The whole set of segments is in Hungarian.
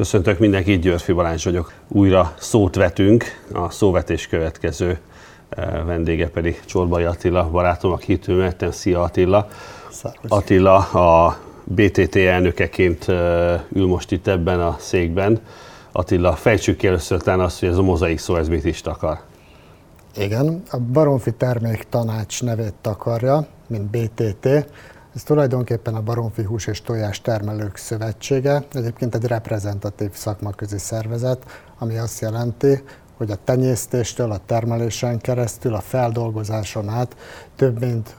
Köszöntök mindenkit, Györfi Balázs vagyok. Újra szót vetünk, a szóvetés következő vendége pedig Csorbai Attila barátom, aki itt ültem. Szia Attila! Szervusz. Attila a BTT elnökeként ül most itt ebben a székben. Attila, fejtsük ki először talán azt, hogy ez a mozaik szó, ez mit is takar. Igen, a Baromfi Terméktanács nevét takarja, mint BTT. Ez tulajdonképpen a Baromfi Hús és Tojás Termelők Szövetsége, egyébként egy reprezentatív szakmaközi szervezet, ami azt jelenti, hogy a tenyésztéstől, a termelésen keresztül, a feldolgozáson át több mint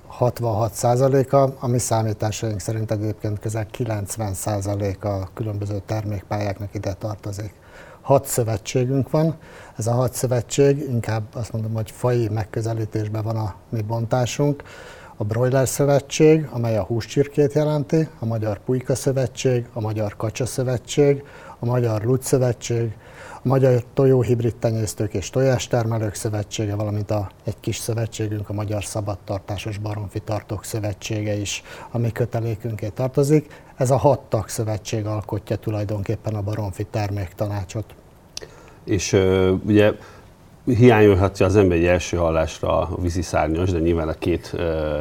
66%-a, a mi számításaink szerint egyébként közel 90%-a a különböző termékpályáknak ide tartozik. 6 szövetségünk van, ez a 6 szövetség, inkább azt mondom, hogy faji megközelítésben van a mi bontásunk. A Broiler Szövetség, amely a húscsirkét jelenti, a Magyar Pulyka Szövetség, a Magyar Kacsa Szövetség, a Magyar Lut Szövetség, a Magyar Tojóhibrid Tenyésztők és Tojástermelők Szövetsége, valamint egy kis szövetségünk, a Magyar Szabadtartásos Baromfi Tartók Szövetsége is, ami kötelékünké tartozik. Ez a 6 tagszövetség alkotja tulajdonképpen a Baromfi Terméktanácsot. És ugye hiányolhatja az ember egy első hallásra a víziszárnyas, de nyilván a két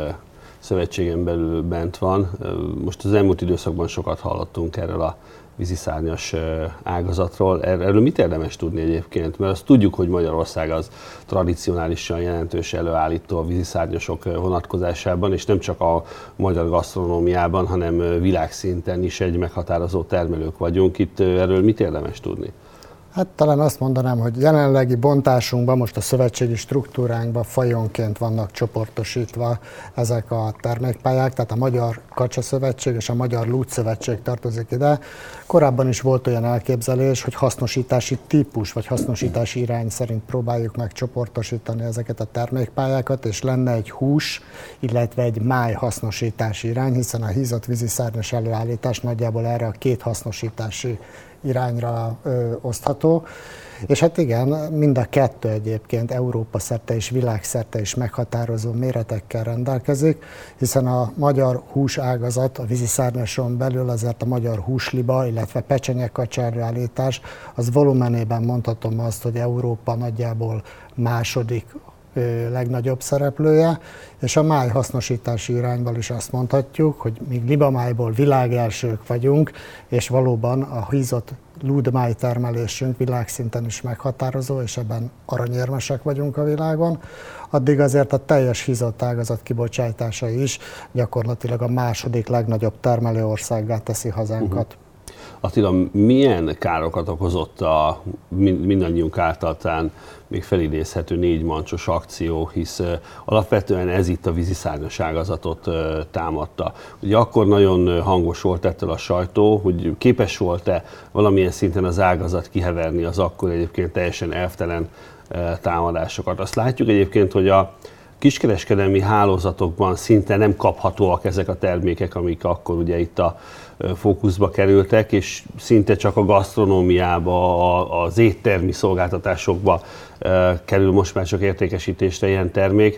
szövetségen belül bent van. Most az elmúlt időszakban sokat hallottunk erről a víziszárnyas ágazatról. Erről mit érdemes tudni egyébként? Mert azt tudjuk, hogy Magyarország az tradicionálisan jelentős előállító a víziszárnyasok vonatkozásában, és nem csak a magyar gasztronómiában, hanem világszinten is egy meghatározó termelők vagyunk. Itt erről mit érdemes tudni? Hát talán azt mondanám, hogy jelenlegi bontásunkban, most a szövetségi struktúránkban fajonként vannak csoportosítva ezek a termékpályák, tehát a Magyar Kacsa Szövetség és a Magyar Lut Szövetség tartozik ide. Korábban is volt olyan elképzelés, hogy hasznosítási típus vagy hasznosítási irány szerint próbáljuk meg csoportosítani ezeket a termékpályákat, és lenne egy hús, illetve egy máj hasznosítási irány, hiszen a hízott víziszárnyas előállítás nagyjából erre a két hasznosítási irányra osztható. És hát igen, mind a kettő egyébként Európa szerte és világszerte is meghatározó méretekkel rendelkezik, hiszen a magyar húságazat, a víziszárnyason belül azért a magyar húsliba, illetve pecsenyekacsa előállítás, az volumenében mondhatom azt, hogy Európa nagyjából második legnagyobb szereplője, és a máj hasznosítási irányból is azt mondhatjuk, hogy mi libamájból világelsők vagyunk, és valóban a hízott lúdmáj termelésünk világszinten is meghatározó, és ebben aranyérmesek vagyunk a világon, addig azért a teljes hízott ágazat kibocsátása is gyakorlatilag a második legnagyobb termelőországgá teszi hazánkat. Attila, milyen károkat okozott a mindannyiunk által talán még felidézhető 4 mancsos akció, hisz alapvetően ez itt a víziszárnyas ágazatot támadta. Ugye akkor nagyon hangos volt ettől a sajtó, hogy képes volt-e valamilyen szinten az ágazat kiheverni az akkor egyébként teljesen elvtelen támadásokat. Azt látjuk egyébként, hogy a kiskereskedelmi hálózatokban szinte nem kaphatóak ezek a termékek, amik akkor ugye itt a fókuszba kerültek, és szinte csak a gasztronómiába, az éttermi szolgáltatásokba kerül most már csak értékesítésre ilyen termék.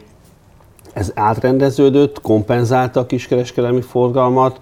Ez átrendeződött, kompenzálta a kiskereskedelmi forgalmat,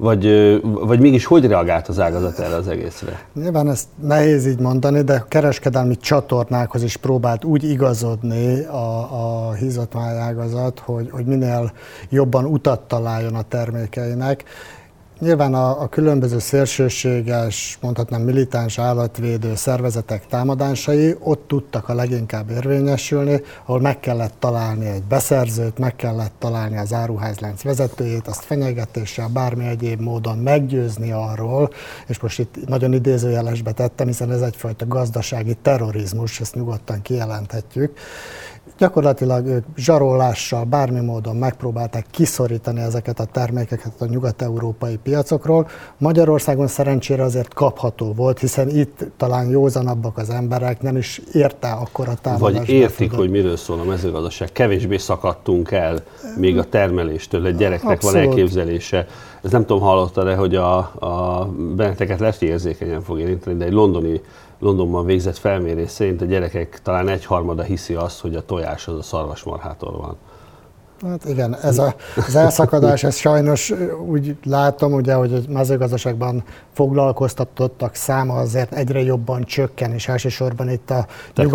vagy mégis hogy reagált az ágazat erre az egészre? Nyilván ezt nehéz így mondani, de a kereskedelmi csatornákhoz is próbált úgy igazodni a hízott májágazat, hogy minél jobban utat találjon a termékeinek. Nyilván a különböző szélsőséges, mondhatnám militáns állatvédő szervezetek támadásai ott tudtak a leginkább érvényesülni, ahol meg kellett találni egy beszerzőt, meg kellett találni az áruházlánc vezetőjét, azt fenyegetéssel, bármi egyéb módon meggyőzni arról, és most itt nagyon idézőjelesbe tettem, hiszen ez egyfajta gazdasági terrorizmus, ezt nyugodtan kijelenthetjük. Gyakorlatilag ők zsarolással, bármi módon megpróbálták kiszorítani ezeket a termékeket a nyugat-európai piacokról. Magyarországon szerencsére azért kapható volt, hiszen itt talán józanabbak az emberek, nem is érte akkora támadást. Vagy értik, hogy miről szól a mezőgazdaság. Kevésbé szakadtunk el még a termeléstől, egy gyereknek abszolút van elképzelése. Ez nem tudom, hallottad-e, hogy a benneteket lehet, hogy érzékenyen fog érinteni, de egy Londonban végzett felmérés szerint a gyerekek talán 1/3 hiszi azt, hogy a tojás az a szarvasmarhától van. Hát igen, ez az elszakadás, ez sajnos úgy látom, ugye, hogy a mezőgazdaságban foglalkoztatottak száma azért egyre jobban csökken, és elsősorban itt a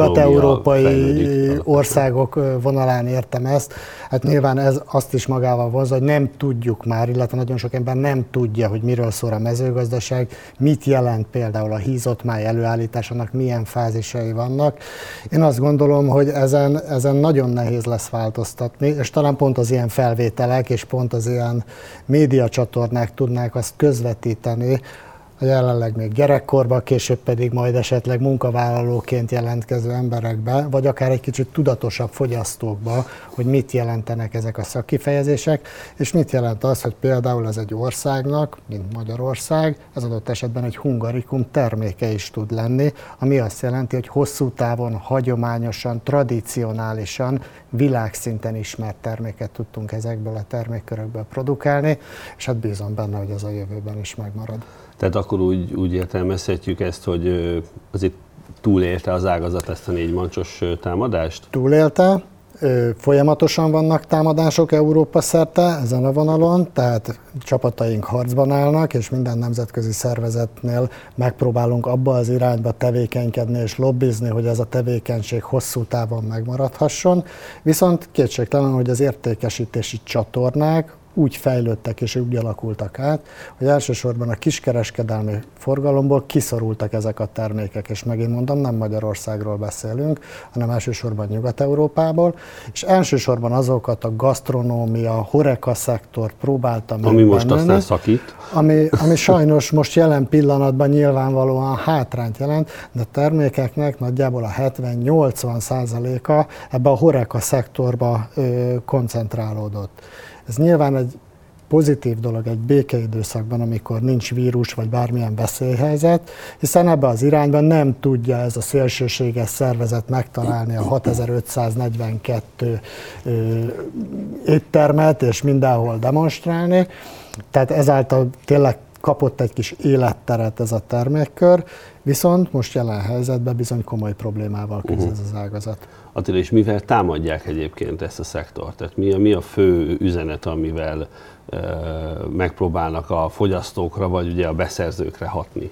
nyugat-európai országok vonalán értem ezt. Hát nyilván ez azt is magával vonz, hogy nem tudjuk már, illetve nagyon sok ember nem tudja, hogy miről szól a mezőgazdaság, mit jelent például a hízott máj előállításának, milyen fázisai vannak. Én azt gondolom, hogy ezen nagyon nehéz lesz változtatni, és talán pont az ilyen felvételek és pont az ilyen médiacsatornák tudnák azt közvetíteni, a jelenleg még gyerekkorban, később pedig majd esetleg munkavállalóként jelentkező emberekbe, vagy akár egy kicsit tudatosabb fogyasztókba, hogy mit jelentenek ezek a szakkifejezések, és mit jelent az, hogy például ez egy országnak, mint Magyarország, az adott esetben egy hungarikum terméke is tud lenni, ami azt jelenti, hogy hosszú távon, hagyományosan, tradicionálisan, világszinten ismert terméket tudtunk ezekből a termékkörökből produkálni, és hát bízom benne, hogy ez a jövőben is megmarad. Tehát akkor úgy értelmezhetjük ezt, hogy azért túlélte az ágazat ezt a 4 mancsos támadást? Túlélte, folyamatosan vannak támadások Európa szerte ezen a vonalon, tehát csapataink harcban állnak, és minden nemzetközi szervezetnél megpróbálunk abba az irányba tevékenykedni és lobbizni, hogy ez a tevékenység hosszú távon megmaradhasson. Viszont kétségtelen, hogy az értékesítési csatornák úgy fejlődtek és úgy alakultak át, hogy elsősorban a kiskereskedelmi forgalomból kiszorultak ezek a termékek, és megint mondom, nem Magyarországról beszélünk, hanem elsősorban Nyugat-Európából, és elsősorban azokat a gasztronómia, HoReCa szektort próbálta ami most aztán szakít. Ami sajnos most jelen pillanatban nyilvánvalóan hátrányt jelent, de a termékeknek nagyjából a 70-80%-a ebbe a HoReCa szektorba koncentrálódott. Ez nyilván egy pozitív dolog egy békeidőszakban, amikor nincs vírus vagy bármilyen veszélyhelyzet, hiszen ebbe az irányban nem tudja ez a szélsőséges szervezet megtalálni a 6542 éttermet és mindenhol demonstrálni. Tehát ezáltal tényleg kapott egy kis életteret ez a termékkör, viszont most jelen helyzetben bizony komoly problémával küzd ez az ágazat. Attila, és mivel támadják egyébként ezt a szektort? Tehát mi a fő üzenet, amivel megpróbálnak a fogyasztókra, vagy ugye a beszerzőkre hatni?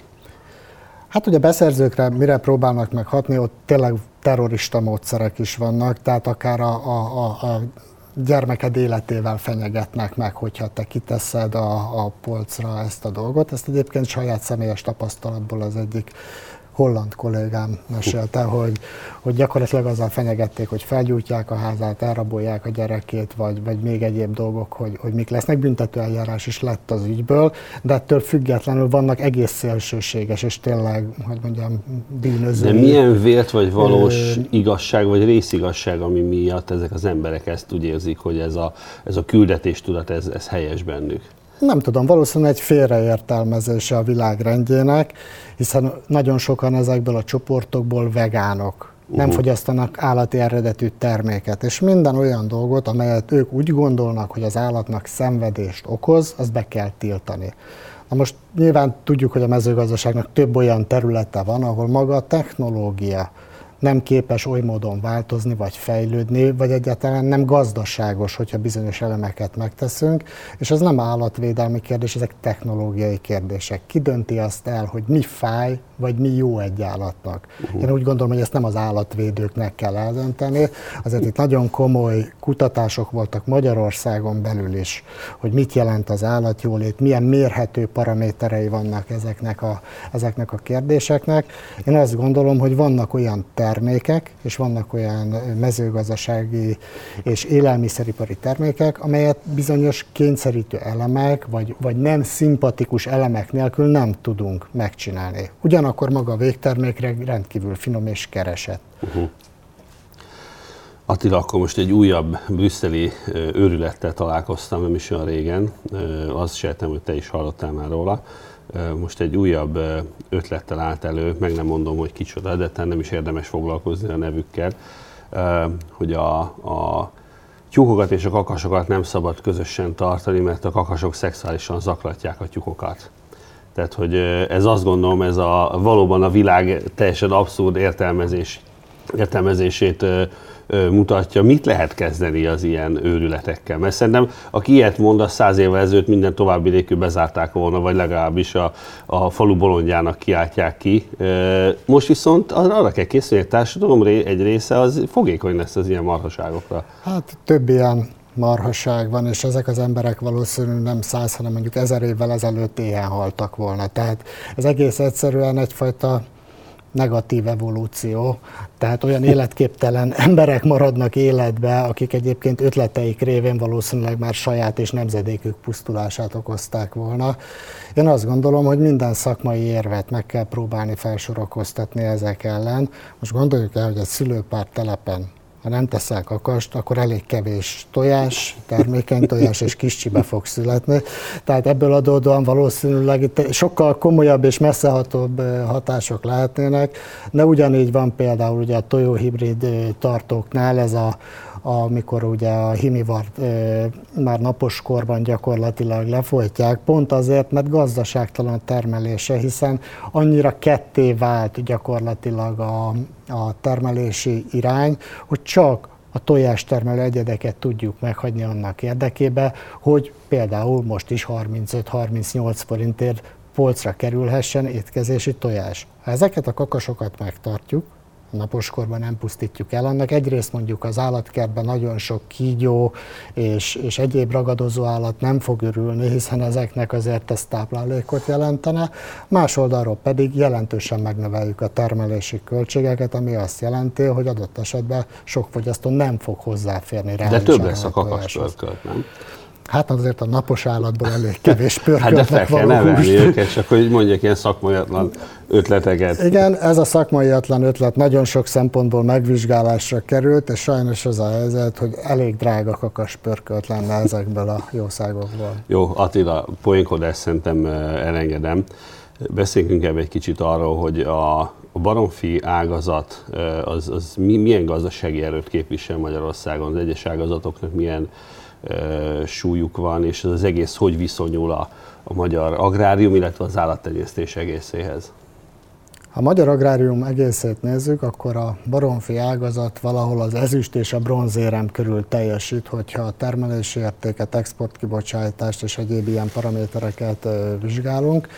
Hát ugye a beszerzőkre mire próbálnak meghatni, ott tényleg terrorista módszerek is vannak, tehát akár a gyermeked életével fenyegetnek meg, hogyha te kiteszed a polcra ezt a dolgot. Ezt egyébként saját személyes tapasztalatból az egyik holland kollégám mesélte, hogy gyakorlatilag azzal fenyegették, hogy felgyújtják a házát, elrabolják a gyerekét, vagy még egyéb dolgok, hogy mik lesznek. Büntetőeljárás is lett az ügyből, de ettől függetlenül vannak egész szélsőséges, és tényleg, hogy mondjam, bűnözői. De milyen vélt vagy valós igazság, vagy részigazság, ami miatt ezek az emberek ezt úgy érzik, hogy ez a küldetéstudat, ez helyes bennük? Nem tudom, valószínűleg egy félreértelmezése a világrendjének, hiszen nagyon sokan ezekből a csoportokból vegánok, nem fogyasztanak állati eredetű terméket, és minden olyan dolgot, amelyet ők úgy gondolnak, hogy az állatnak szenvedést okoz, azt be kell tiltani. Na most nyilván tudjuk, hogy a mezőgazdaságnak több olyan területe van, ahol maga a technológia nem képes oly módon változni, vagy fejlődni, vagy egyáltalán nem gazdaságos, hogyha bizonyos elemeket megteszünk, és ez nem állatvédelmi kérdés, ezek technológiai kérdések. Ki dönti azt el, hogy mi fáj, vagy mi jó egy állatnak? Én úgy gondolom, hogy ezt nem az állatvédőknek kell eldönteni, azért itt nagyon komoly kutatások voltak Magyarországon belül is, hogy mit jelent az állatjólét, milyen mérhető paraméterei vannak ezeknek a kérdéseknek. Én azt gondolom, hogy vannak olyan termékek, és vannak olyan mezőgazdasági és élelmiszeripari termékek, amelyet bizonyos kényszerítő elemek, vagy nem szimpatikus elemek nélkül nem tudunk megcsinálni. Ugyanakkor maga a végtermékre rendkívül finom és keresett. Attila, akkor most egy újabb brüsszeli őrülettel találkoztam, nem is olyan régen, azt sejtem, hogy te is hallottál már róla. Most egy újabb ötlettel állt elő, meg nem mondom, hogy kicsoda, de nem is érdemes foglalkozni a nevükkel, hogy a tyúkokat és a kakasokat nem szabad közösen tartani, mert a kakasok szexuálisan zaklatják a tyúkokat. Tehát, hogy ez azt gondolom, ez valóban a világ teljesen abszurd értelmezés értelmezését mutatja. Mit lehet kezdeni az ilyen őrületekkel? Mert szerintem, aki ilyet mond, az 100 évvel ezelőtt minden további nélkül bezárták volna, vagy legalábbis a falu bolondjának kiáltják ki. Most viszont arra kell készülni, hogy a társadalom egy része az fogékony lesz az ilyen marhaságokra. Hát több ilyen marhaság van, és ezek az emberek valószínűleg nem 100, hanem mondjuk 1000 évvel ezelőtt éhen haltak volna. Tehát ez egész egyszerűen egyfajta negatív evolúció, tehát olyan életképtelen emberek maradnak életbe, akik egyébként ötleteik révén valószínűleg már saját és nemzedékük pusztulását okozták volna. Én azt gondolom, hogy minden szakmai érvet meg kell próbálni felsorakoztatni ezek ellen. Most gondoljuk el, hogy egy szülőpár telepen, ha nem teszel kakast, akkor elég kevés tojás, termékeny tojás és kis csibe fog születni. Tehát ebből adódóan valószínűleg itt sokkal komolyabb és messzehatóbb hatások lehetnének. De ugyanígy van például ugye a tojóhibrid tartóknál ez amikor ugye a himivart már naposkorban gyakorlatilag lefolytják, pont azért, mert gazdaságtalan a termelése, hiszen annyira ketté vált gyakorlatilag a termelési irány, hogy csak a tojástermelő egyedeket tudjuk meghagyni annak érdekében, hogy például most is 35-38 forintért polcra kerülhessen étkezési tojás. Ha ezeket a kakasokat megtartjuk, a naposkorban nem pusztítjuk el, annak egyrészt mondjuk az állatkertben nagyon sok kígyó és egyéb ragadozó állat nem fog örülni, hiszen ezeknek azért ez táplálékot jelentene, más oldalról pedig jelentősen megnöveljük a termelési költségeket, ami azt jelenti, hogy adott esetben sok fogyasztó nem fog hozzáférni rá. De több lesz a kakaspörkölt, nem? Hát azért a napos állatból elég kevés pörköltnek hát de fel kell nevelni őket, csak hogy mondjak ilyen szakmaiatlan ötleteket. Igen, ez a szakmaiatlan ötlet nagyon sok szempontból megvizsgálásra került, és sajnos az a helyzet, hogy elég drága kakaspörkölt lenne ezekből a jószágokból. Jó, Attila, poénkodást szerintem elengedem. Beszéljünk inkább egy kicsit arról, hogy a baromfi ágazat az milyen gazdasági erőt képvisel Magyarországon, az egyes ágazatoknak milyen súlyuk van, és az egész hogy viszonyul a magyar agrárium, illetve az állattenyésztés egészéhez? Ha a magyar agrárium egészét nézzük, akkor a baromfi ágazat valahol az ezüst és a bronzérem körül teljesít, hogyha a termelési értéket, exportkibocsátást és egyéb ilyen paramétereket vizsgálunk.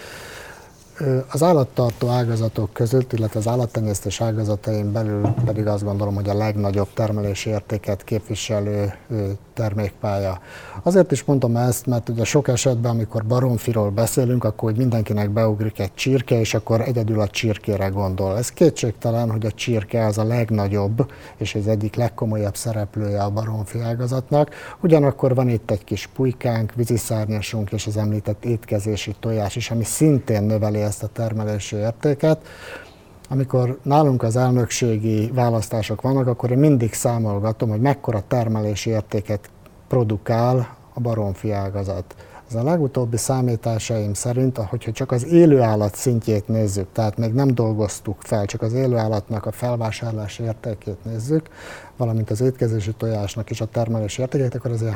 Az állattartó ágazatok között, illetve az állattenyésztés ágazatain belül pedig azt gondolom, hogy a legnagyobb termelési értéket képviselő termékpálya. Azért is mondom ezt, mert ugye sok esetben, amikor baromfiról beszélünk, akkor mindenkinek beugrik egy csirke, és akkor egyedül a csirkére gondol. Ez kétségtelen, hogy a csirke az a legnagyobb, és az egyik legkomolyabb szereplője a baromfi ágazatnak. Ugyanakkor van itt egy kis pulykánk, víziszárnyasunk és az említett étkezési tojás is, ami szintén növeli ezt a termelési értéket. Amikor nálunk az elnökségi választások vannak, akkor én mindig számolgatom, hogy mekkora termelési értéket produkál a baromfi ágazat. Ez a legutóbbi számításaim szerint, hogyha csak az élőállat szintjét nézzük, tehát még nem dolgoztuk fel, csak az élőállatnak a felvásárlási értékét nézzük, valamint az étkezési tojásnak is a termelési értékét, akkor ez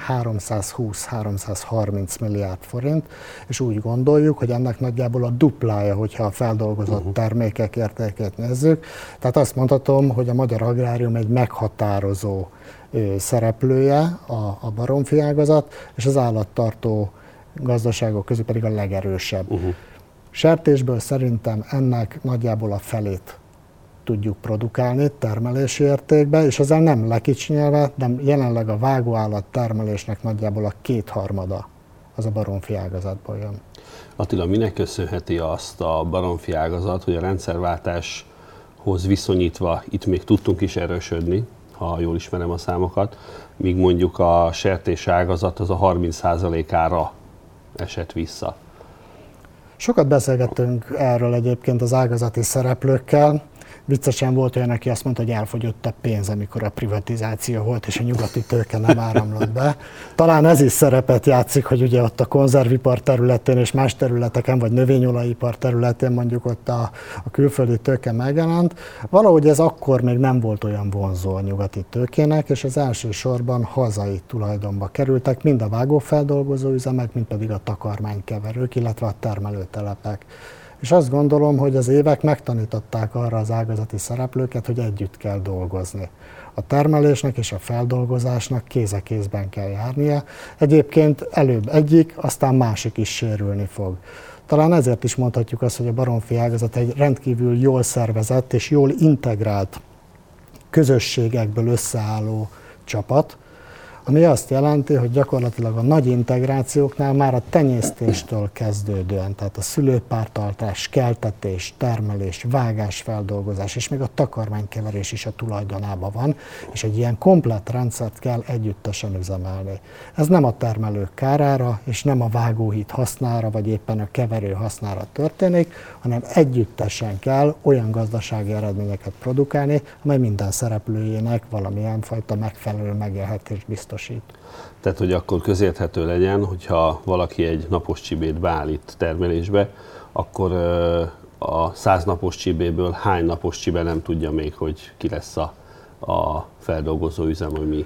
320-330 milliárd forint, és úgy gondoljuk, hogy ennek nagyjából a duplája, hogyha a feldolgozott termékek értékét nézzük. Tehát azt mondhatom, hogy a magyar agrárium egy meghatározó szereplője a baromfi ágazat, és az állattartó gazdaságok közül pedig a legerősebb. Sertésből szerintem ennek nagyjából a felét tudjuk produkálni termelési értékbe, és ezzel nem lekicsinyelve, de jelenleg a vágóállat termelésnek nagyjából a 2/3 az a baromfi ágazatból jön. Attila, minek köszönheti azt a baromfi ágazat, hogy a rendszerváltáshoz viszonyítva itt még tudtunk is erősödni, ha jól ismerem a számokat, míg mondjuk a sertés ágazat az a 30%-ára esett vissza. Sokat beszélgettünk erről egyébként az ágazati szereplőkkel. Viccesen volt olyan, aki azt mondta, hogy elfogyott a pénz, amikor a privatizáció volt, és a nyugati tőke nem áramlott be. Talán ez is szerepet játszik, hogy ugye ott a konzervipar területén és más területeken, vagy növényolajipar területén mondjuk ott a külföldi tőke megjelent. Valahogy ez akkor még nem volt olyan vonzó a nyugati tőkének, és az elsősorban hazai tulajdonba kerültek, mind a vágófeldolgozó üzemek, mind pedig a takarmánykeverők, illetve a termelőtelepek. És azt gondolom, hogy az évek megtanították arra az ágazati szereplőket, hogy együtt kell dolgozni. A termelésnek és a feldolgozásnak kéz a kézben kell járnia. Egyébként előbb egyik, aztán másik is sérülni fog. Talán ezért is mondhatjuk azt, hogy a baromfi ágazat egy rendkívül jól szervezett és jól integrált közösségekből összeálló csapat, ami azt jelenti, hogy gyakorlatilag a nagy integrációknál már a tenyésztéstől kezdődően, tehát a szülőpártartás, keltetés, termelés, vágásfeldolgozás és még a takarmánykeverés is a tulajdonában van, és egy ilyen komplett rendszert kell együttesen üzemelni. Ez nem a termelők kárára, és nem a vágóhíd hasznára, vagy éppen a keverő hasznára történik, hanem együttesen kell olyan gazdasági eredményeket produkálni, amely minden szereplőjének valamilyen fajta megfelelő megélhetést biztosít. Tehát, hogy akkor közérthető legyen, hogyha valaki egy napos csibét beállít termelésbe, akkor a 100 napos csibéből hány napos csibe nem tudja még, hogy ki lesz a feldolgozó üzem, ami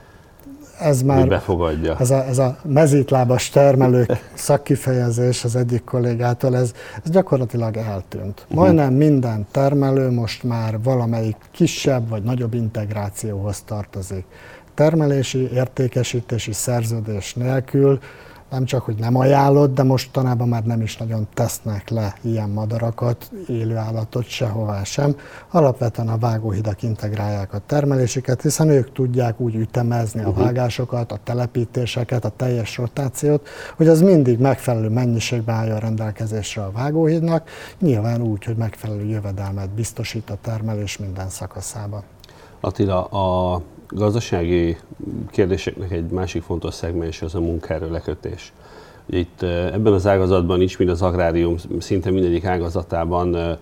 befogadja. Ez a mezítlábas termelők szakkifejezés az egyik kollégától, ez gyakorlatilag eltűnt. Majdnem minden termelő most már valamelyik kisebb vagy nagyobb integrációhoz tartozik. Termelési, értékesítési szerződés nélkül nem csak, hogy nem ajánlott, de mostanában már nem is nagyon tesznek le ilyen madarakat, élő állatot sehová sem. Alapvetően a vágóhidak integrálják a termelésüket, hiszen ők tudják úgy ütemezni a vágásokat, a telepítéseket, a teljes rotációt, hogy az mindig megfelelő mennyiségben álljon rendelkezésre a vágóhídnak, nyilván úgy, hogy megfelelő jövedelmet biztosít a termelés minden szakaszában. Attila, a gazdasági kérdéseknek egy másik fontos szegmens az a munkaerő lekötés. Ugye itt ebben az ágazatban is, mint az agrárium, szinte mindegyik ágazatában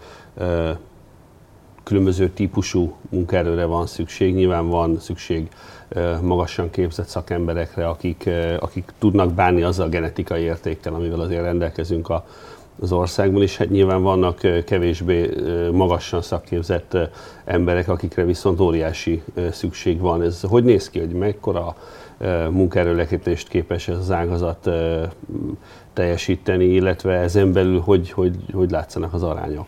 különböző típusú munkaerőre van szükség. Nyilván van szükség magasan képzett szakemberekre, akik tudnak bánni azzal a genetikai értékkel, amivel azért rendelkezünk az országban, és hát nyilván vannak kevésbé magasan szakképzett emberek, akikre viszont óriási szükség van. Ez hogy néz ki, hogy mekkora munkaerőlekötést képes ez az ágazat teljesíteni, illetve ezen belül hogy látszanak az arányok?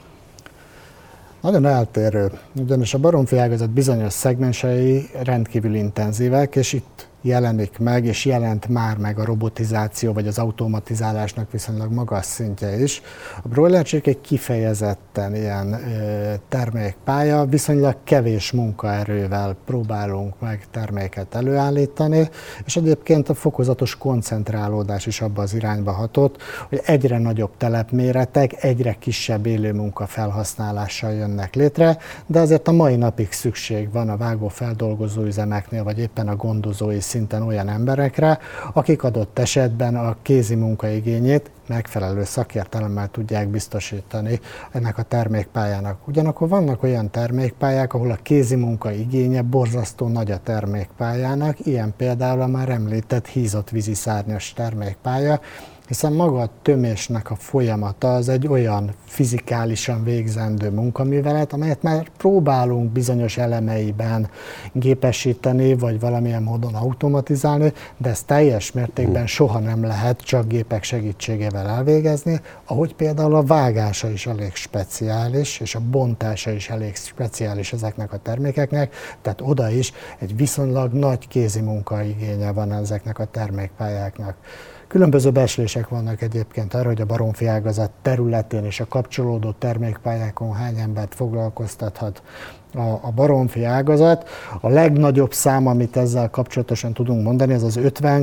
Nagyon eltérő, ugyanis a baromfi ágazat bizonyos szegmensei rendkívül intenzívek, és itt jelenik meg, és jelent már meg a robotizáció vagy az automatizálásnak viszonylag magas szintje is. A broilercsirkék kifejezetten ilyen termékpálya, viszonylag kevés munkaerővel próbálunk meg terméket előállítani, és egyébként a fokozatos koncentrálódás is abba az irányba hatott, hogy egyre nagyobb telepméretek, egyre kisebb élőmunka felhasználással jönnek létre, de azért a mai napig szükség van a vágó-feldolgozó üzemeknél, vagy éppen a gondozói szinten olyan emberekre, akik adott esetben a kézi munkaigényét megfelelő szakértelemmel tudják biztosítani ennek a termékpályának. Ugyanakkor vannak olyan termékpályák, ahol a kézi munka igénye borzasztó nagy a termékpályának, ilyen például a már említett hízott víziszárnyas termékpálya, hiszen maga a tömésnek a folyamata az egy olyan fizikálisan végzendő munkaművelet, amelyet már próbálunk bizonyos elemeiben gépesíteni, vagy valamilyen módon automatizálni, de ezt teljes mértékben soha nem lehet csak gépek segítségével elvégezni, ahogy például a vágása is elég speciális, és a bontása is elég speciális ezeknek a termékeknek, tehát oda is egy viszonylag nagy kézi munkaigénye van ezeknek a termékpályáknak. Különböző becslések vannak egyébként arra, hogy a baromfi ágazat területén és a kapcsolódó termékpályákon hány embert foglalkoztathat a baromfi ágazat. A legnagyobb szám, amit ezzel kapcsolatosan tudunk mondani, ez az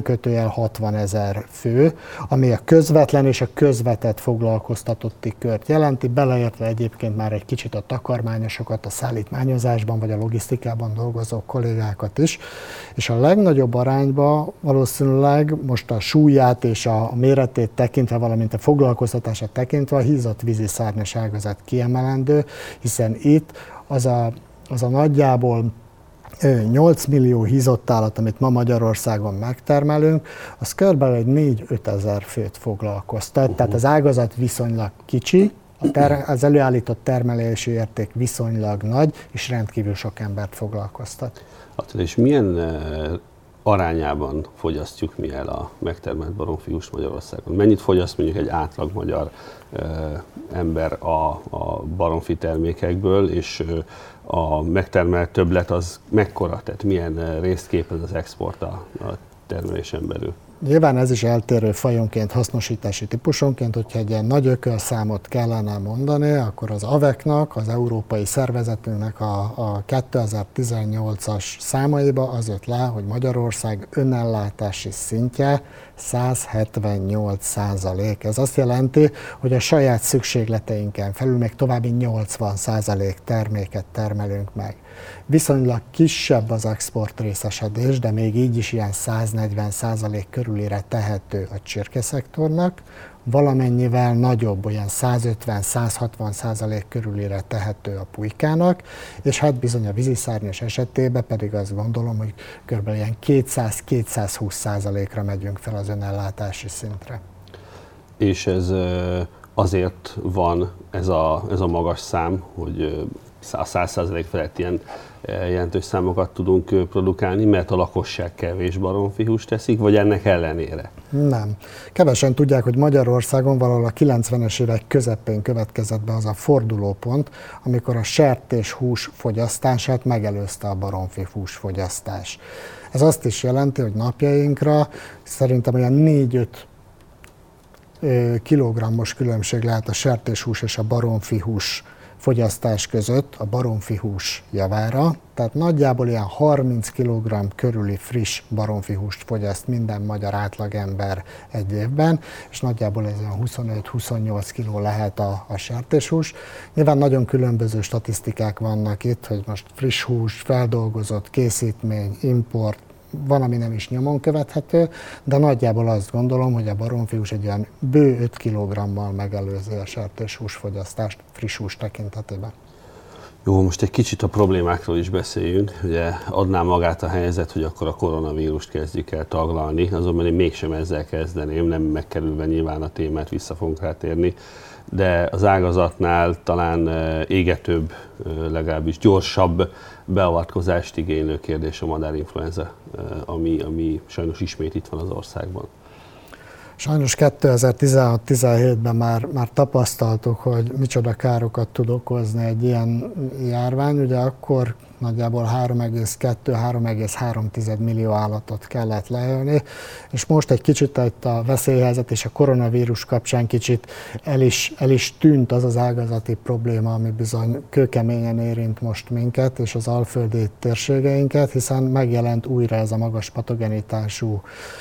50-60 ezer fő, ami a közvetlen és a közvetett foglalkoztatotti kört jelenti, beleértve egyébként már egy kicsit a takarmányosokat, a szállítmányozásban vagy a logisztikában dolgozó kollégákat is. És a legnagyobb arányban valószínűleg most a súlyát és a méretét tekintve, valamint a foglalkoztatását tekintve a hízott víziszárnyas ágazat kiemelendő, hiszen itt az a nagyjából 8 millió hízott állat, amit ma Magyarországon megtermelünk, az körülbelül egy 4-5 ezer főt foglalkoztat. Tehát az ágazat viszonylag kicsi, az előállított termelési érték viszonylag nagy, és rendkívül sok embert foglalkoztat. Attila, és milyen arányában fogyasztjuk mi el a megtermelt baromfihúst Magyarországon? Mennyit fogyaszt mondjuk egy átlag magyar ember a baromfi termékekből, és a megtermelt többlet az mekkora? Tehát milyen részt képez az export a termelésen belül? Nyilván ez is eltérő fajonként, hasznosítási típusonként, hogyha egy ilyen nagy ökölszámot kellene mondani, akkor az AVEC-nak, az európai szervezetünknek a 2018-as számaiba az jött le, hogy Magyarország önellátási szintje 178%. Ez azt jelenti, hogy a saját szükségleteinken felül még további 80% terméket termelünk meg. Viszonylag kisebb az export részesedés, de még így is ilyen 140% körülire tehető a csirkeszektornak, valamennyivel nagyobb, olyan 150-160% körülire tehető a pulykának, és hát bizony a víziszárnyas esetében pedig azt gondolom, hogy kb. Ilyen 200-220%-ra megyünk fel az önellátási szintre. És ez azért van ez a magas szám, hogy a 100% felett ilyen jelentős számokat tudunk produkálni, mert a lakosság kevés baromfihúst teszik, vagy ennek ellenére? Nem. Kevesen tudják, hogy Magyarországon valahol a 90-es évek közepén következett be az a fordulópont, amikor a sertéshús fogyasztását megelőzte a baromfihús fogyasztás. Ez azt is jelenti, hogy napjainkra szerintem olyan 4-5 kilogrammos különbség lehet a sertéshús és a baromfihús fogyasztás között a baromfihús javára, tehát nagyjából ilyen 30 kg körüli friss baromfihúst fogyaszt minden magyar átlagember egy évben, és nagyjából ez olyan 25-28 kg lehet a sertéshús. Nyilván nagyon különböző statisztikák vannak itt, hogy most friss hús, feldolgozott készítmény, import, van, ami nem is nyomon követhető, de nagyjából azt gondolom, hogy a baromfihús egy olyan bő 5 kg-mal megelőzi a sertéshús fogyasztást friss hús tekintetében. Jó, most egy kicsit a problémákról is beszéljünk. Ugye adná magát a helyzet, hogy akkor a koronavírust kezdjük el taglalni, azonban én mégsem ezzel kezdeném, nem megkerülve nyilván a témát, vissza fogunk rátérni, de az ágazatnál talán égetőbb, legalábbis gyorsabb beavatkozást igénylő kérdés a madárinfluenza, ami sajnos ismét itt van az országban. Sajnos 2016-17-ben már tapasztaltuk, hogy micsoda károkat tud okozni egy ilyen járvány. Ugye akkor nagyjából 3,2-3,3 millió állatot kellett leölni, és most egy kicsit itt a veszélyhelyzet és a koronavírus kapcsán kicsit el is tűnt az az ágazati probléma, ami bizony kőkeményen érint most minket és az alföldi térségeinket, hiszen megjelent újra ez a magas patogenitású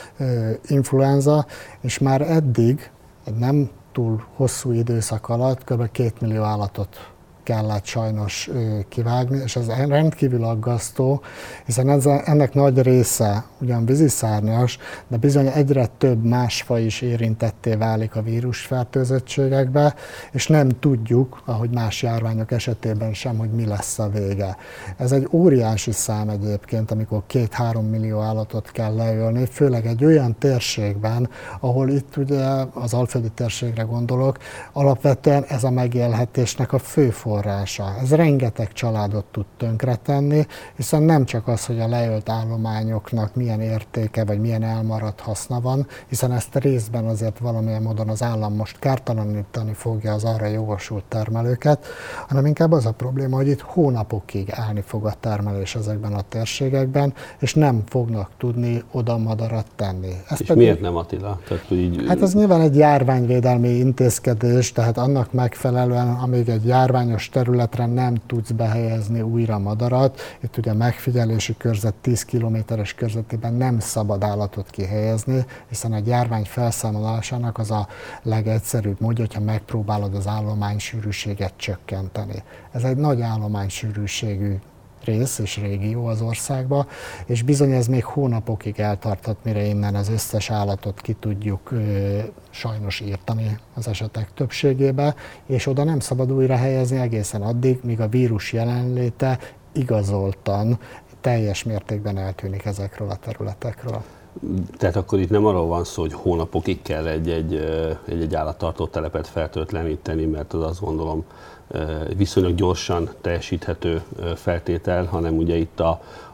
influenza, és már eddig egy nem túl hosszú időszak alatt kb. 2 millió állatot kellett sajnos kivágni, és ez rendkívül aggasztó, hiszen ennek nagy része ugyan víziszárnyas, de bizony egyre több más faj is érintetté válik a vírusfertőzöttségekbe, és nem tudjuk, ahogy más járványok esetében sem, hogy mi lesz a vége. Ez egy óriási szám egyébként, amikor 2-3 millió állatot kell leölni, főleg egy olyan térségben, ahol itt ugye az alföldi térségre gondolok, alapvetően ez a megélhetésnek a fő forrása. Ez rengeteg családot tud tönkretenni, hiszen nem csak az, hogy a leölt állományoknak milyen értéke, vagy milyen elmaradt haszna van, hiszen ezt részben azért valamilyen módon az állam most kártalanítani fogja az arra jogosult termelőket, hanem inkább az a probléma, hogy itt hónapokig állni fog a termelés ezekben a térségekben, és nem fognak tudni oda madarat tenni. És pedig, miért nem, Attila? Tehát, Hát ez nyilván egy járványvédelmi intézkedés, tehát annak megfelelően, amíg egy járványos területre nem tudsz behelyezni újra madarat. Itt ugye a megfigyelési körzet 10 kilométeres körzetében nem szabad állatot kihelyezni, hiszen egy járvány felszámolásának az a legegyszerűbb módja, hogyha megpróbálod az állománysűrűséget csökkenteni. Ez egy nagy állománysűrűségű rész és régió az országban, és bizony ez még hónapokig eltarthat, mire innen az összes állatot ki tudjuk sajnos írtani az esetek többségébe, és oda nem szabad újra helyezni egészen addig, míg a vírus jelenléte igazoltan teljes mértékben eltűnik ezekről a területekről. Tehát akkor itt nem arról van szó, hogy hónapokig kell egy állattartó telepet fertőtleníteni, mert az azt gondolom viszonylag gyorsan teljesíthető feltétel, hanem ugye itt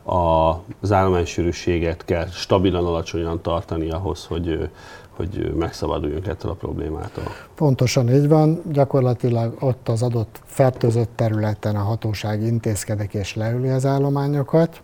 az állománysűrűséget kell stabilan alacsonyan tartani ahhoz, hogy megszabaduljunk ettől a problémától. Pontosan így van, gyakorlatilag ott az adott fertőzött területen a hatóság intézkedik és leüli az állományokat.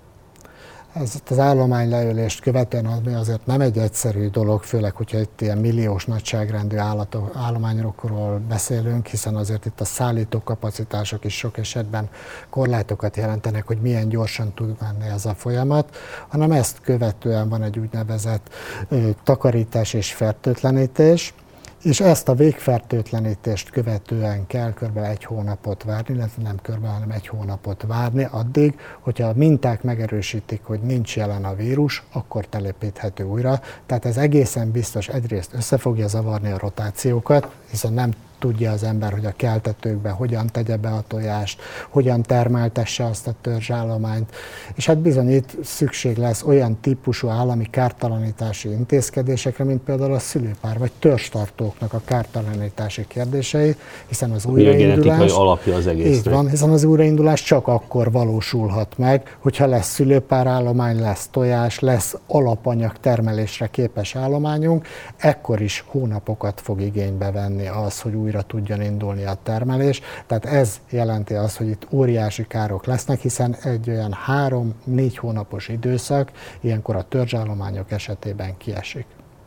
Az állományleülést követően ami azért nem egy egyszerű dolog, főleg, hogyha itt ilyen milliós nagyságrendű állományokról beszélünk, hiszen azért itt a szállítókapacitások is sok esetben korlátokat jelentenek, hogy milyen gyorsan tud menni ez a folyamat, hanem ezt követően van egy úgynevezett takarítás és fertőtlenítés, és ezt a végfertőtlenítést követően kell kb. 1 hónapot várni, illetve nem kb. Hanem 1 hónapot várni addig, hogyha a minták megerősítik, hogy nincs jelen a vírus, akkor telepíthető újra. Tehát ez egészen biztos egyrészt össze fogja zavarni a rotációkat, hiszen nem tudja az ember, hogy a keltetőkbe hogyan tegye be a tojást, hogyan termeltesse azt a törzsállományt, és hát bizony itt szükség lesz olyan típusú állami kártalanítási intézkedésekre, mint például a szülőpár vagy törzstartóknak a kártalanítási kérdései, hiszen az újraindulás alapja az egésznek. Így van, hiszen az újraindulás csak akkor valósulhat meg, hogyha lesz szülőpárállomány, lesz tojás, lesz alapanyag termelésre képes állományunk, ekkor is hónapokat fog igénybe venni az, hogy újra tudjon indulni a termelés. Tehát ez jelenti azt, hogy itt óriási károk lesznek, hiszen egy olyan 3-4 hónapos időszak ilyenkor a törzsállományok esetében kiesik.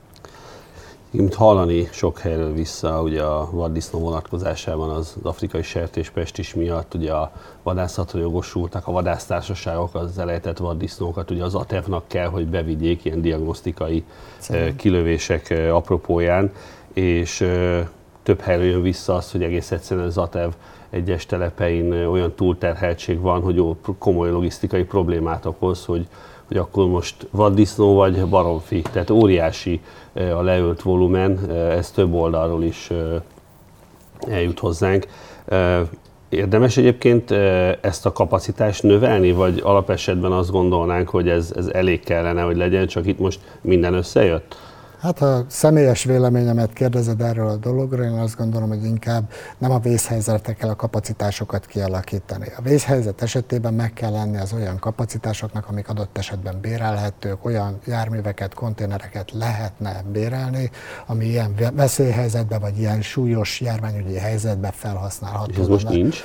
Mint hallani sok helyről vissza, ugye a vaddisznó vonatkozásában az afrikai sertéspest miatt, ugye a vadászatra jogosultak, a vadásztársaságok az elejtett vaddisznókat, ugye az ATEV-nak kell, hogy bevigyék ilyen diagnosztikai kilövések apropóján, és több helyről jön vissza az, hogy egész egyszerűen az ATEV egyes telepein olyan túlterheltség van, hogy komoly logisztikai problémát okoz, hogy akkor most vaddisznó vagy baromfi. Tehát óriási a leölt volumen, ez több oldalról is eljut hozzánk. Érdemes egyébként ezt a kapacitást növelni, vagy alapesetben azt gondolnánk, hogy ez elég kellene, hogy legyen, csak itt most minden összejött? Hát ha személyes véleményemet kérdezed erről a dologról, én azt gondolom, hogy inkább nem a vészhelyzetre kell a kapacitásokat kialakítani. A vészhelyzet esetében meg kell lenni az olyan kapacitásoknak, amik adott esetben bérelhetők, olyan járműveket, konténereket lehetne bérelni, ami ilyen veszélyhelyzetben vagy ilyen súlyos járványügyi helyzetben felhasználható. És ez most nincs?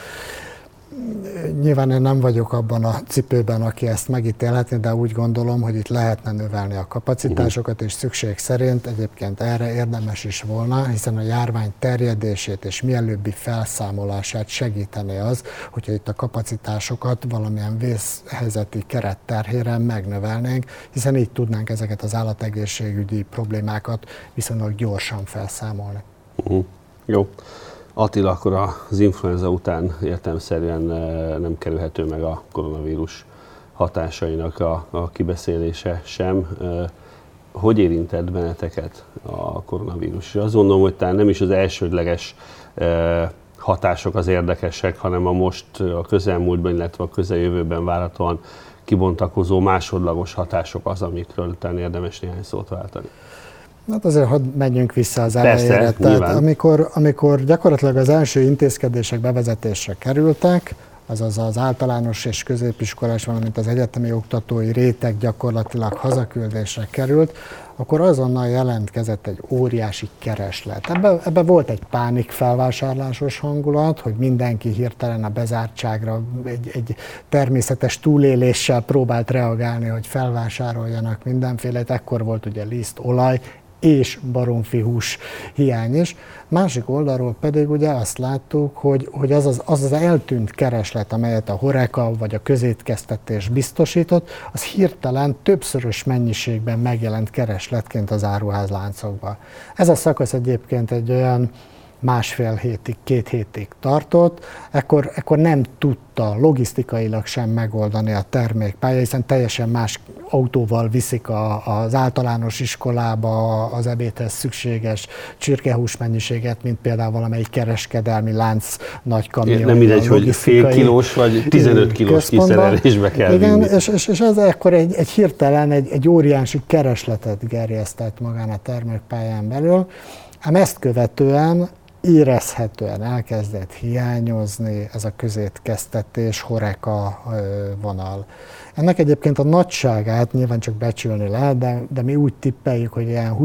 Nyilván én nem vagyok abban a cipőben, aki ezt megítélhetné, de úgy gondolom, hogy itt lehetne növelni a kapacitásokat, és szükség szerint egyébként erre érdemes is volna, hiszen a járvány terjedését és mielőbbi felszámolását segíteni az, hogyha itt a kapacitásokat valamilyen vészhelyzeti keret terhére megnövelnénk, hiszen így tudnánk ezeket az állategészségügyi problémákat viszonylag gyorsan felszámolni. Jó. Attila, akkor az influenza után értelemszerűen nem kerülhető meg a koronavírus hatásainak a kibeszélése sem. Hogy érintett benneteket a koronavírus? Azt gondolom, hogy talán nem is az elsődleges hatások az érdekesek, hanem a most a közelmúltban, illetve a közeljövőben várhatóan kibontakozó másodlagos hatások az, amikről talán érdemes néhány szót váltani. Hát azért hadd menjünk vissza az elejére. Tehát amikor gyakorlatilag az első intézkedések bevezetésre kerültek, azaz az általános és középiskolás, valamint az egyetemi oktatói réteg gyakorlatilag hazaküldésre került, akkor azonnal jelentkezett egy óriási kereslet. Ebbe volt egy pánikfelvásárlásos hangulat, hogy mindenki hirtelen a bezártságra egy természetes túléléssel próbált reagálni, hogy felvásároljanak mindenfélét. Ekkor volt ugye liszt, olaj és baromfihús hiány is. Másik oldalról pedig ugye azt láttuk, hogy az eltűnt kereslet, amelyet a HoReCa vagy a közétkeztetés biztosított, az hirtelen többszörös mennyiségben megjelent keresletként az áruházláncokban. Ez a szakasz egyébként egy olyan 1,5 hétig, 2 hétig tartott, ekkor nem tudta logisztikailag sem megoldani a termékpálya, hiszen teljesen más autóval viszik az általános iskolába az ebédhez szükséges csirkehús mennyiséget, mint például valamelyik kereskedelmi lánc nagy kamionja. Nem mindegy, hogy fél kilós vagy 15 kilós kiszerelésbe kell igen, vinni. És ez ekkor egy hirtelen egy óriási keresletet gerjesztett magán a termékpályán belül, ám ezt követően érezhetően elkezdett hiányozni ez a közétkeztetés, HoReCa vonal. Ennek egyébként a nagyságát nyilván csak becsülni lehet, de mi úgy tippeljük, hogy ilyen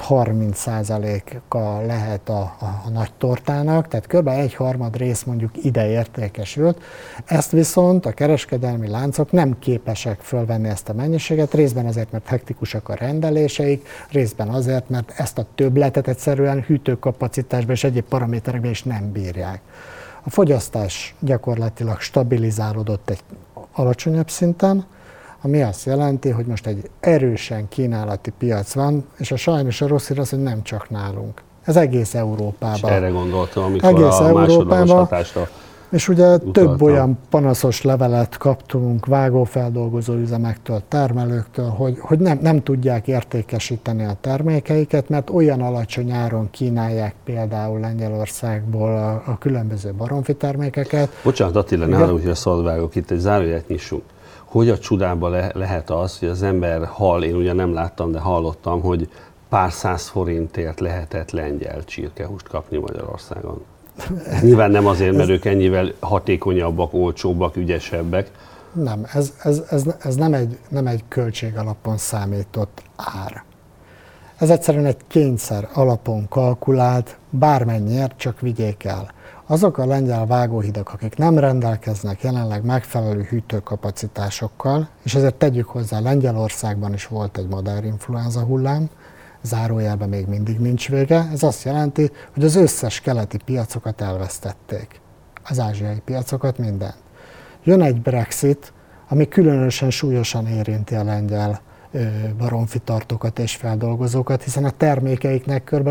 25-30%-a lehet a nagy tortának, tehát kb. 1/3 rész mondjuk ide értékesült. Ezt viszont a kereskedelmi láncok nem képesek fölvenni ezt a mennyiséget, részben azért, mert hektikusak a rendeléseik, részben azért, mert ezt a többletet egyszerűen hűtőkapacitásban és egyéb paraméterekben is nem bírják. A fogyasztás gyakorlatilag stabilizálódott egy alacsonyabb szinten, ami azt jelenti, hogy most egy erősen kínálati piac van, és sajnos a rossz hír az, hogy nem csak nálunk. Ez egész Európában. És erre gondoltam, amikor egész a másodlagos hatásra és ugye utaltam. Több olyan panaszos levelet kaptunk vágófeldolgozó üzemektől, termelőktől, hogy nem tudják értékesíteni a termékeiket, mert olyan alacsony áron kínálják például Lengyelországból a különböző baromfi termékeket. Bocsánat Attila, ne haragudj, hogy a szabad vágok, itt egy zárójelet nyissunk. Hogy a csodába lehet az, hogy az ember hall, én ugye nem láttam, de hallottam, hogy pár száz forintért lehetett lengyel csirkehúst kapni Magyarországon. Nyilván nem azért, mert ők ennyivel hatékonyabbak, olcsóbbak, ügyesebbek. Nem, ez nem egy költség alapon számított ár. Ez egyszerűen egy kényszer alapon kalkulált, bármennyiért csak vigyék el. Azok a lengyel vágóhidak, akik nem rendelkeznek jelenleg megfelelő hűtőkapacitásokkal, és ezért tegyük hozzá, Lengyelországban is volt egy madárinfluenza hullám, zárójelben még mindig nincs vége, ez azt jelenti, hogy az összes keleti piacokat elvesztették. Az ázsiai piacokat, mindent. Jön egy Brexit, ami különösen súlyosan érinti a lengyel baromfi tartókat és feldolgozókat, hiszen a termékeiknek kb.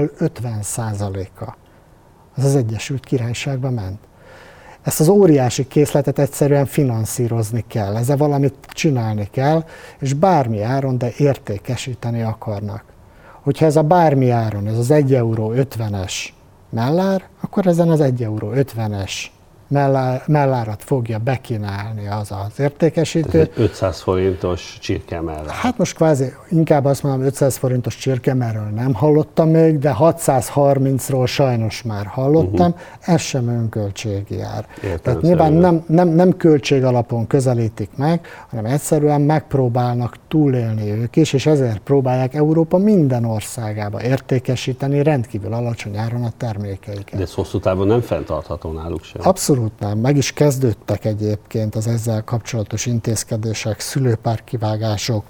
50%-a az Egyesült Királyságba ment. Ezt az óriási készletet egyszerűen finanszírozni kell, ezzel valamit csinálni kell, és bármi áron, de értékesíteni akarnak. Hogyha ez a bármi áron, ez az 1,50 € mellár, akkor ezen az 1,50 € mellárat fogja bekínálni az értékesítő. Ez 500 forintos csirkemellár. Hát most kvázi inkább azt mondom, 500 forintos csirkemelről nem hallottam még, de 630-ról sajnos már hallottam, ez sem önköltségi ár. Tehát nyilván nem költség alapon közelítik meg, hanem egyszerűen megpróbálnak túlélni ők is, és ezért próbálják Európa minden országába értékesíteni rendkívül alacsony áron a termékeiket. De ez hosszú távon nem fenntartható náluk sem. Abszolút nem. Meg is kezdődtek egyébként az ezzel kapcsolatos intézkedések, szülőpárkivágások,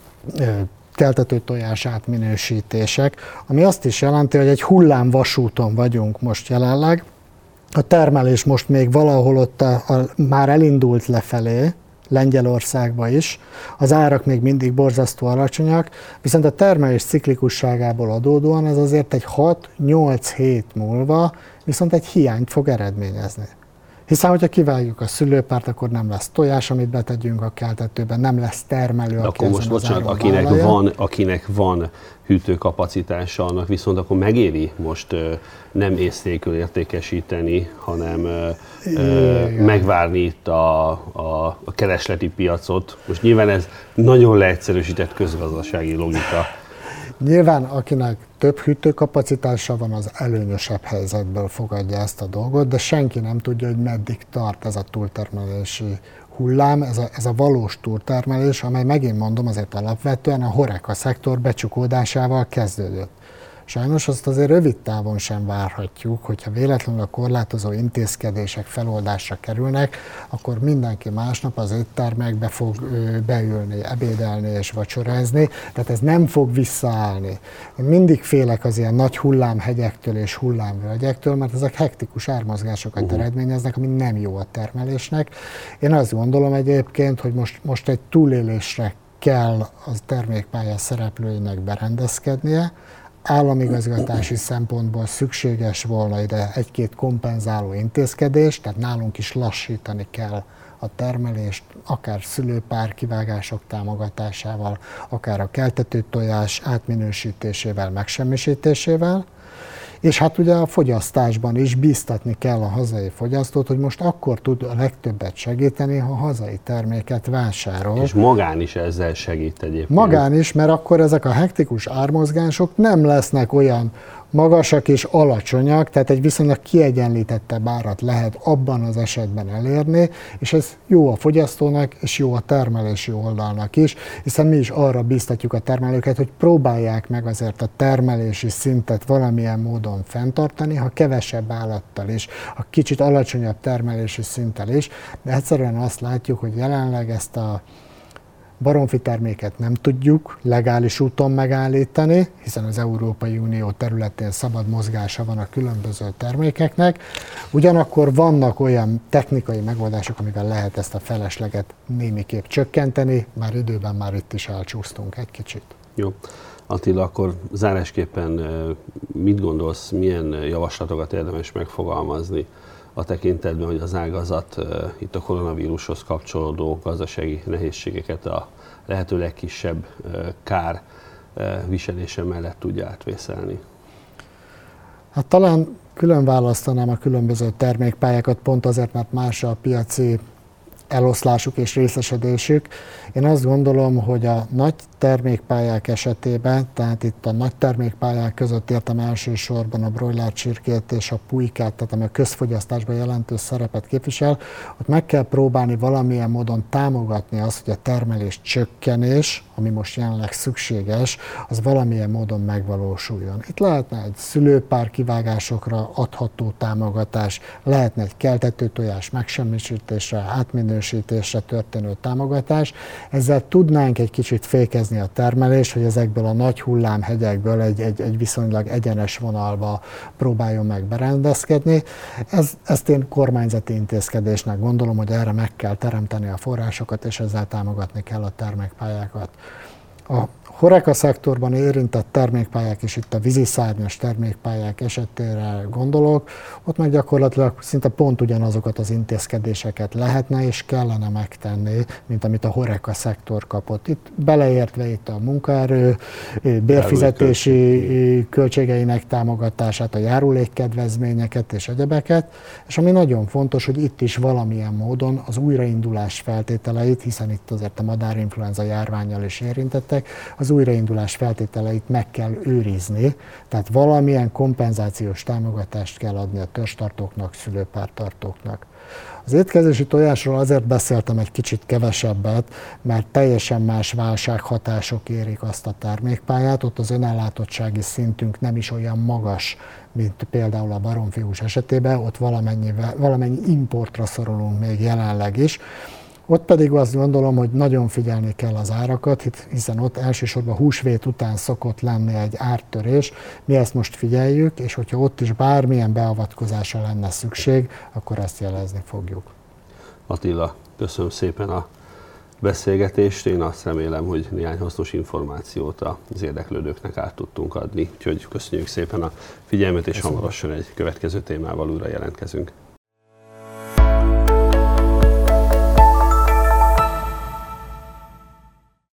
keltetőtojás átminősítések, ami azt is jelenti, hogy egy hullámvasúton vagyunk most jelenleg. A termelés most még valahol ott már elindult lefelé, Lengyelországba is. Az árak még mindig borzasztó alacsonyak, viszont a termelés ciklikusságából adódóan ez azért egy 6-8 hét múlva viszont egy hiányt fog eredményezni. Hiszen, hogyha kivágjuk a szülőpárt, akkor nem lesz tojás, amit betegyünk a keltetőben, nem lesz termelő, aki akkor most bocsánat, akinek van hűtőkapacitása, annak viszont akkor megéri most nem észtékül értékesíteni, hanem megvárni itt a keresleti piacot. Most nyilván ez nagyon leegyszerűsített közgazdasági logika. Nyilván, akinek több hűtőkapacitása van, az előnyösebb helyzetből fogadja ezt a dolgot, de senki nem tudja, hogy meddig tart ez a túltermelési hullám, ez a valós túltermelés, amely megint mondom, azért alapvetően a HoReCa szektor becsukódásával kezdődött. Sajnos azt azért rövid távon sem várhatjuk, hogyha véletlenül a korlátozó intézkedések feloldásra kerülnek, akkor mindenki másnap az éttermekbe fog beülni, ebédelni és vacsorázni, tehát ez nem fog visszaállni. Én mindig félek az ilyen nagy hullámhegyektől és hullámvölgyektől, mert ezek hektikus ármozgásokat eredményeznek, ami nem jó a termelésnek. Én azt gondolom egyébként, hogy most egy túlélésre kell a termékpálya szereplőinek berendezkednie, államigazgatási szempontból szükséges volna ide egy-két kompenzáló intézkedés, tehát nálunk is lassítani kell a termelést, akár szülőpár kivágások támogatásával, akár a keltetőtojás átminősítésével, megsemmisítésével. És hát ugye a fogyasztásban is bíztatni kell a hazai fogyasztót, hogy most akkor tud a legtöbbet segíteni, ha hazai terméket vásárol. És magán is ezzel segít egyébként. Magán is, mert akkor ezek a hektikus ármozgások nem lesznek magasak és alacsonyak, tehát egy viszonylag kiegyenlítettebb árat lehet abban az esetben elérni, és ez jó a fogyasztónak, és jó a termelési oldalnak is, hiszen mi is arra bíztatjuk a termelőket, hogy próbálják meg azért a termelési szintet valamilyen módon fenntartani, ha kevesebb állattal is, a kicsit alacsonyabb termelési szinttel is, de egyszerűen azt látjuk, hogy jelenleg ezt a baromfi terméket nem tudjuk legális úton megállítani, hiszen az Európai Unió területén szabad mozgása van a különböző termékeknek. Ugyanakkor vannak olyan technikai megoldások, amivel lehet ezt a felesleget némiképp csökkenteni, már időben már itt is elcsúsztunk egy kicsit. Jó. Attila, akkor zárásképpen mit gondolsz, milyen javaslatokat érdemes megfogalmazni a tekintetben, hogy az ágazat itt a koronavírushoz kapcsolódó gazdasági nehézségeket a lehető legkisebb kár viselése mellett tudja átvészelni? Hát talán külön választanám a különböző termékpályákat, pont azért, mert más a piaci eloszlásuk és részesedésük. Én azt gondolom, hogy a nagy termékpályák esetében, tehát itt a nagy termékpályák között értem elsősorban a broiler csirkét és a pulykát, tehát ami a közfogyasztásban jelentős szerepet képvisel, ott meg kell próbálni valamilyen módon támogatni azt, hogy a termelés csökkenés, ami most jelenleg szükséges, az valamilyen módon megvalósuljon. Itt lehetne egy szülőpár kivágásokra adható támogatás, lehetne egy keltetőtojás megsemmisítésre, átminősítésre történő támogatás. Ezzel tudnánk egy kicsit fékezni a termelést, hogy ezekből a nagy hullámhegyekből egy viszonylag egyenes vonalba próbáljon meg berendezkedni. Ezt én kormányzati intézkedésnek gondolom, hogy erre meg kell teremteni a forrásokat, és ezzel támogatni kell a termékpályákat. A HoReCa szektorban érintett termékpályák, és itt a víziszárnyas termékpályák esetére gondolok, ott meg gyakorlatilag szinte pont ugyanazokat az intézkedéseket lehetne és kellene megtenni, mint amit a HoReCa szektor kapott. Itt beleértve itt a munkaerő, bérfizetési költségeinek támogatását, a járulékkedvezményeket és egyebeket, és ami nagyon fontos, hogy itt is valamilyen módon az újraindulás feltételeit, hiszen itt azért a madárinfluenza járvánnyal is érintettek, az újraindulás feltételeit meg kell őrizni, tehát valamilyen kompenzációs támogatást kell adni a törzstartóknak, szülőpártartóknak. Az étkezési tojásról azért beszéltem egy kicsit kevesebbet, mert teljesen más válsághatások érik azt a termékpályát, ott az önellátottsági szintünk nem is olyan magas, mint például a baromfihús esetében, ott valamennyi importra szorulunk még jelenleg is. Ott pedig azt gondolom, hogy nagyon figyelni kell az árakat, hiszen ott elsősorban húsvét után szokott lenni egy ártörés. Mi ezt most figyeljük, és hogyha ott is bármilyen beavatkozásra lenne szükség, akkor ezt jelezni fogjuk. Attila, köszönöm szépen a beszélgetést. Én azt remélem, hogy néhány hasznos információt az érdeklődőknek át tudtunk adni. Úgyhogy köszönjük szépen a figyelmet, és hamarosan egy következő témával újra jelentkezünk.